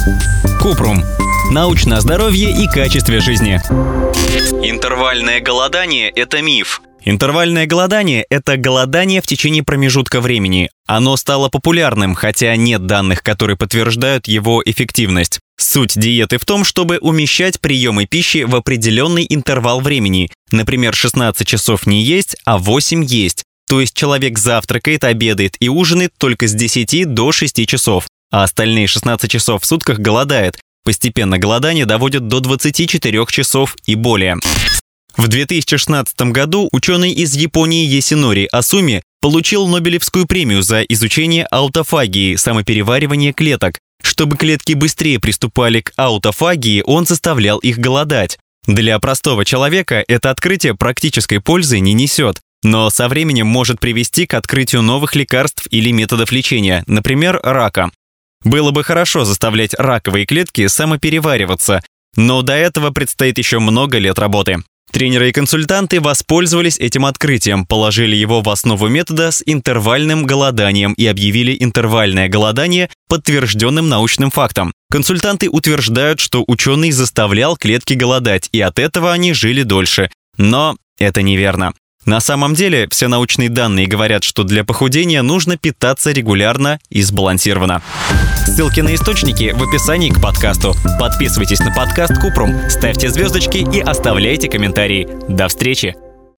Купрум. Научное здоровье и качестве жизни. Интервальное голодание – это миф. Интервальное голодание – это голодание в течение промежутка времени. Оно стало популярным, хотя нет данных, которые подтверждают его эффективность. Суть диеты в том, чтобы умещать приемы пищи в определенный интервал времени. Например, 16 часов не есть, а 8 есть. То есть человек завтракает, обедает и ужинает только с 10 до 6 часов, а остальные 16 часов в сутках голодает. Постепенно голодание доводит до 24 часов и более. В 2016 году ученый из Японии Ясунори Асуми получил Нобелевскую премию за изучение аутофагии, самопереваривания клеток. Чтобы клетки быстрее приступали к аутофагии, он заставлял их голодать. Для простого человека это открытие практической пользы не несет, но со временем может привести к открытию новых лекарств или методов лечения, например, рака. Было бы хорошо заставлять раковые клетки самоперевариваться, но до этого предстоит еще много лет работы. Тренеры и консультанты воспользовались этим открытием, положили его в основу метода с интервальным голоданием и объявили интервальное голодание подтвержденным научным фактом. Консультанты утверждают, что ученый заставлял клетки голодать, и от этого они жили дольше. Но это неверно. На самом деле, все научные данные говорят, что для похудения нужно питаться регулярно и сбалансированно. Ссылки на источники в описании к подкасту. Подписывайтесь на подкаст Купрум, ставьте звездочки и оставляйте комментарии. До встречи!